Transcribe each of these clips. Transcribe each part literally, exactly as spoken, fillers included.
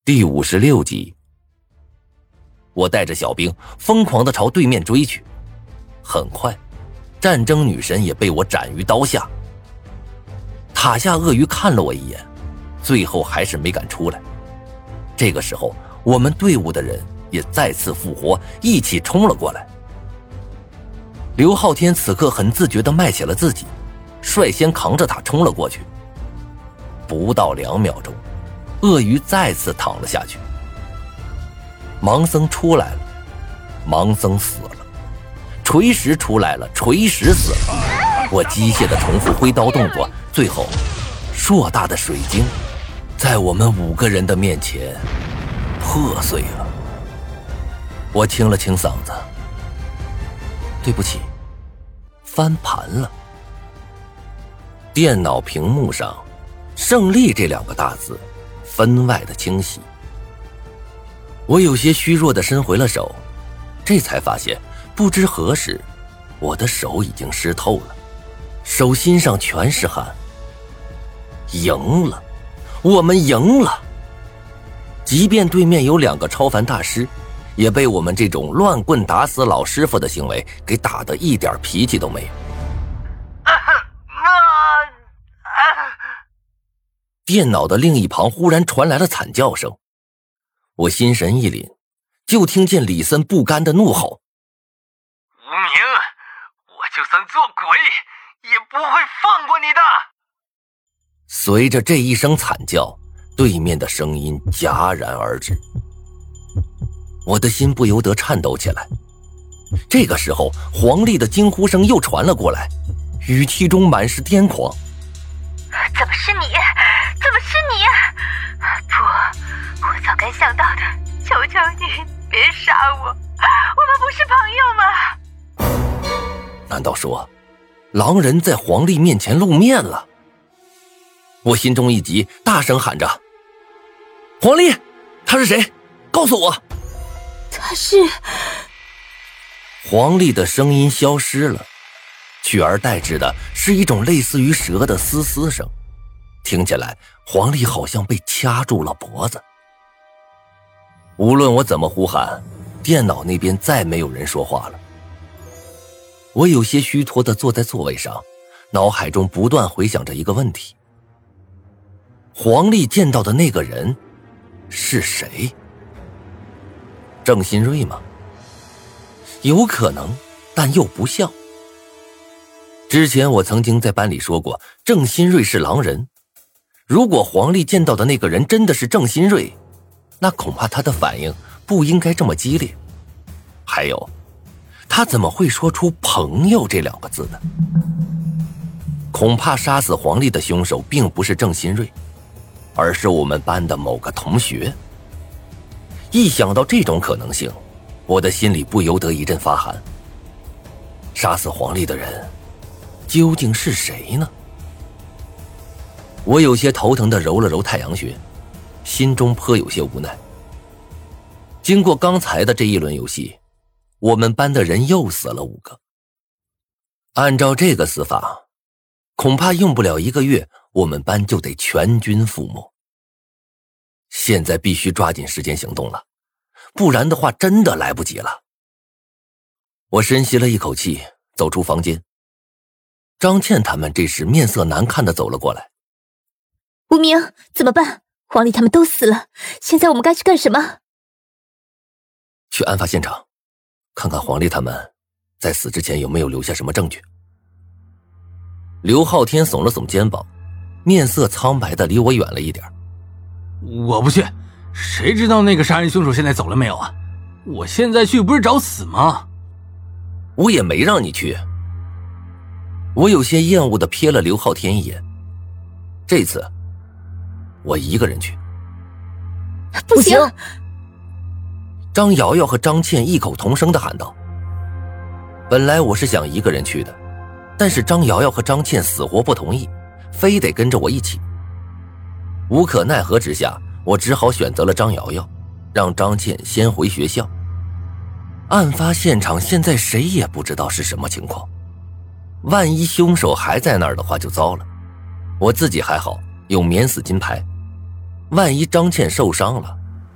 第五十六集。我带着小兵疯狂地朝对面追去，很快战争女神也被我斩于刀下。塔下鳄鱼看了我一眼，最后还是没敢出来。这个时候我们队伍的人也再次复活，一起冲了过来。刘昊天此刻很自觉地卖起了自己，率先扛着塔冲了过去。不到两秒钟，鳄鱼再次躺了下去。盲僧出来了，盲僧死了，锤石出来了，锤石死了。我机械地重复挥刀动作，最后硕大的水晶在我们五个人的面前破碎了。我清了清嗓子，对不起，翻盘了。电脑屏幕上胜利这两个大字分外的清晰。我有些虚弱地伸回了手，这才发现不知何时我的手已经湿透了，手心上全是汗。赢了，我们赢了。即便对面有两个超凡大师，也被我们这种乱棍打死老师傅的行为给打得一点脾气都没有。电脑的另一旁忽然传来了惨叫声，我心神一凛，就听见李森不甘的怒吼： 无名，我就算做鬼也不会放过你的。 随着这一声惨叫，对面的声音戛然而止。我的心不由得颤抖起来。这个时候黄丽的惊呼声又传了过来，语气中满是癫狂： 怎么是你？怎么是你？不，我早该想到的，求求你别杀我，我们不是朋友吗？ 难道说狼人在黄丽面前露面了？我心中一急，大声喊着：黄丽，他是谁？告诉我。 他是…… 黄丽的声音消失了，取而代之的是一种类似于蛇的嘶嘶声，听起来黄丽好像被掐住了脖子。无论我怎么呼喊，电脑那边再没有人说话了。我有些虚脱地坐在座位上，脑海中不断回想着一个问题：黄丽见到的那个人是谁？郑新瑞吗？有可能，但又不像。之前我曾经在班里说过，郑新瑞是狼人。如果黄丽见到的那个人真的是郑新瑞，那恐怕他的反应不应该这么激烈。还有，他怎么会说出朋友这两个字呢？恐怕杀死黄丽的凶手并不是郑新瑞，而是我们班的某个同学。一想到这种可能性，我的心里不由得一阵发寒。杀死黄丽的人究竟是谁呢？我有些头疼地揉了揉太阳穴，心中颇有些无奈。经过刚才的这一轮游戏，我们班的人又死了五个。按照这个死法，恐怕用不了一个月，我们班就得全军覆没。现在必须抓紧时间行动了，不然的话真的来不及了。我深吸了一口气，走出房间。张倩他们这时面色难看地走了过来。 无名，怎么办？黄丽他们都死了，现在我们该去干什么？ 去案发现场，看看黄丽他们在死之前有没有留下什么证据。刘昊天耸了耸肩膀，面色苍白的离我远了一点。 我不去，谁知道那个杀人凶手现在走了没有啊？我现在去不是找死吗？ 我也没让你去。我有些厌恶地瞥了刘昊天一眼。这次我一个人去。 不行！ 张瑶瑶和张倩异口同声地喊道。本来我是想一个人去的，但是张瑶瑶和张倩死活不同意，非得跟着我一起。无可奈何之下，我只好选择了张瑶瑶，让张倩先回学校。案发现场现在谁也不知道是什么情况，万一凶手还在那儿的话就糟了。我自己还好，有免死金牌，万一张倩受伤了，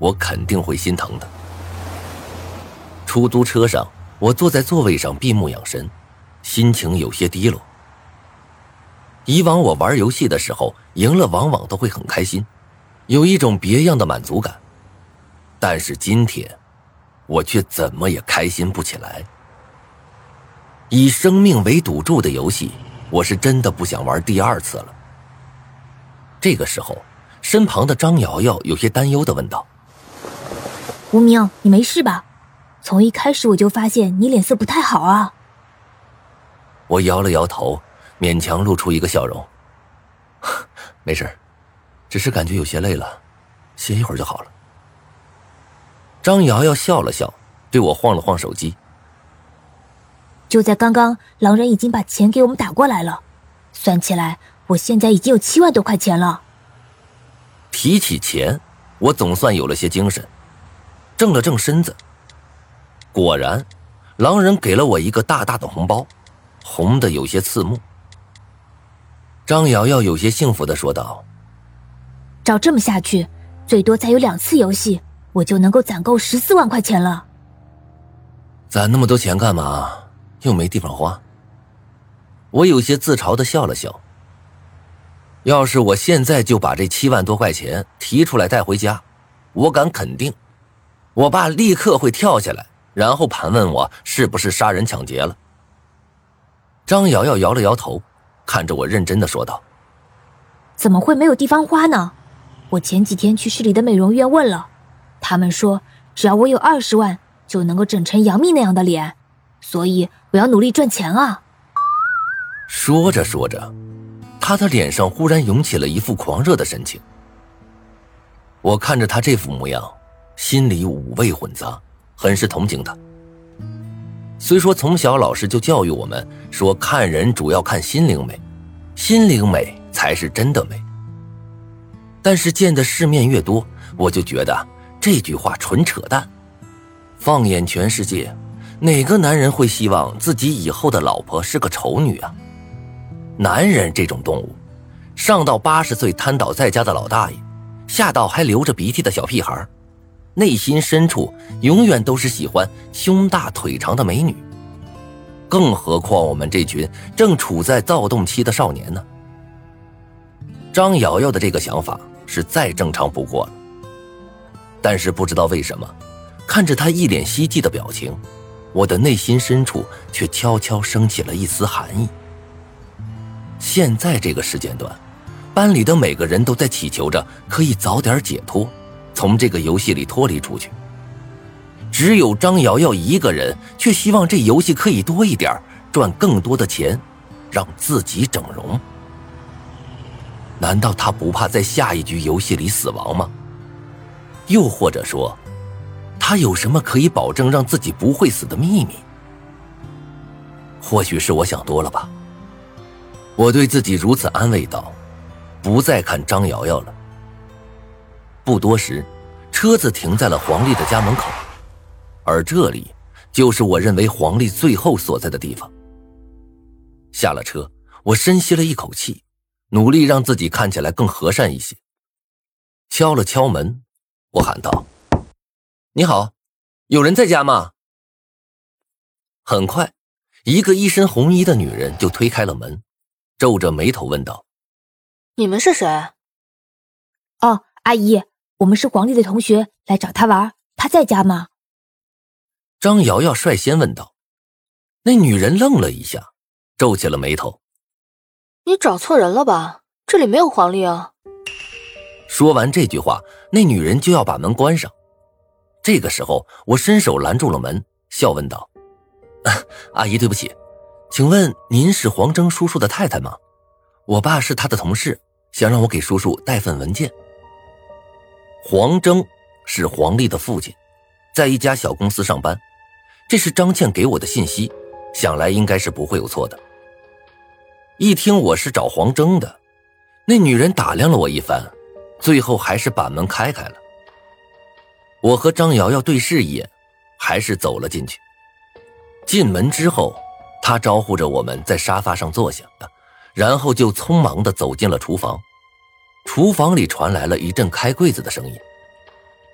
我肯定会心疼的。出租车上，我坐在座位上闭目养神，心情有些低落。以往我玩游戏的时候，赢了往往都会很开心，有一种别样的满足感。但是今天，我却怎么也开心不起来。以生命为赌注的游戏，我是真的不想玩第二次了。这个时候，身旁的张瑶瑶有些担忧地问道： 无名，你没事吧？从一开始我就发现你脸色不太好啊。 我摇了摇头，勉强露出一个笑容。没事，只是感觉有些累了，歇一会儿就好了。张瑶瑶笑了笑，对我晃了晃手机。 就在刚刚，狼人已经把钱给我们打过来了，算起来我现在已经有七万多块钱了。 提起钱，我总算有了些精神，正了正身子。果然，狼人给了我一个大大的红包，红的有些刺目。张瑶瑶有些幸福地说道： 照这么下去，最多再有两次游戏，我就能够攒够十四万块钱了。 攒那么多钱干嘛？又没地方花。我有些自嘲地笑了笑。要是我现在就把这七万多块钱提出来带回家，我敢肯定，我爸立刻会跳下来，然后盘问我是不是杀人抢劫了。张瑶瑶摇了摇头，看着我认真地说道： 怎么会没有地方花呢？我前几天去市里的美容院问了，他们说只要我有二十万就能够整成杨幂那样的脸，所以我要努力赚钱啊。 说着说着，他的脸上忽然涌起了一副狂热的神情。我看着他这副模样，心里五味混杂，很是同情他。虽说从小老师就教育我们说看人主要看心灵美，心灵美才是真的美，但是见的世面越多，我就觉得这句话纯扯淡。放眼全世界，哪个男人会希望自己以后的老婆是个丑女啊？男人这种动物，上到八十岁瘫倒在家的老大爷，下到还流着鼻涕的小屁孩，内心深处永远都是喜欢胸大腿长的美女。更何况我们这群正处在躁动期的少年呢？张瑶瑶的这个想法是再正常不过了，但是不知道为什么，看着她一脸希冀的表情，我的内心深处却悄悄升起了一丝寒意。现在这个时间段，班里的每个人都在祈求着可以早点解脱，从这个游戏里脱离出去。只有张瑶瑶一个人却希望这游戏可以多一点，赚更多的钱，让自己整容。难道她不怕在下一局游戏里死亡吗？又或者说，她有什么可以保证让自己不会死的秘密？或许是我想多了吧。我对自己如此安慰道，不再看张瑶瑶了。不多时，车子停在了黄丽的家门口，而这里就是我认为黄丽最后所在的地方。下了车，我深吸了一口气，努力让自己看起来更和善一些。敲了敲门，我喊道：你好，有人在家吗？很快，一个一身红衣的女人就推开了门，皱着眉头问道： 你们是谁？ 哦，阿姨，我们是黄丽的同学，来找她玩，她在家吗？ 张瑶瑶率先问道。那女人愣了一下，皱起了眉头。 你找错人了吧？这里没有黄丽啊。 说完这句话，那女人就要把门关上。这个时候，我伸手拦住了门，笑问道：啊，阿姨对不起，请问您是黄征叔叔的太太吗？我爸是他的同事，想让我给叔叔带份文件。黄征是黄丽的父亲，在一家小公司上班，这是张倩给我的信息，想来应该是不会有错的。一听我是找黄征的，那女人打量了我一番，最后还是把门开开了。我和张瑶瑶对视一眼，还是走了进去。进门之后，她招呼着我们在沙发上坐下，然后就匆忙地走进了厨房。厨房里传来了一阵开柜子的声音。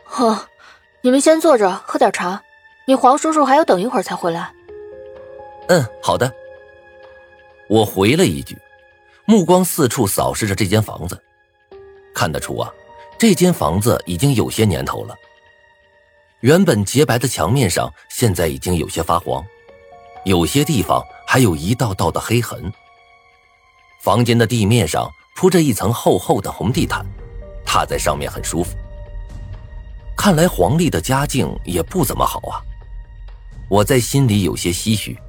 呵，你们先坐着喝点茶，你黄叔叔还要等一会儿才回来。 嗯，好的。我回了一句，目光四处扫视着这间房子。看得出啊，这间房子已经有些年头了。原本洁白的墙面上现在已经有些发黄，有些地方还有一道道的黑痕。房间的地面上铺着一层厚厚的红地毯，踏在上面很舒服。看来黄丽的家境也不怎么好啊。我在心里有些唏嘘，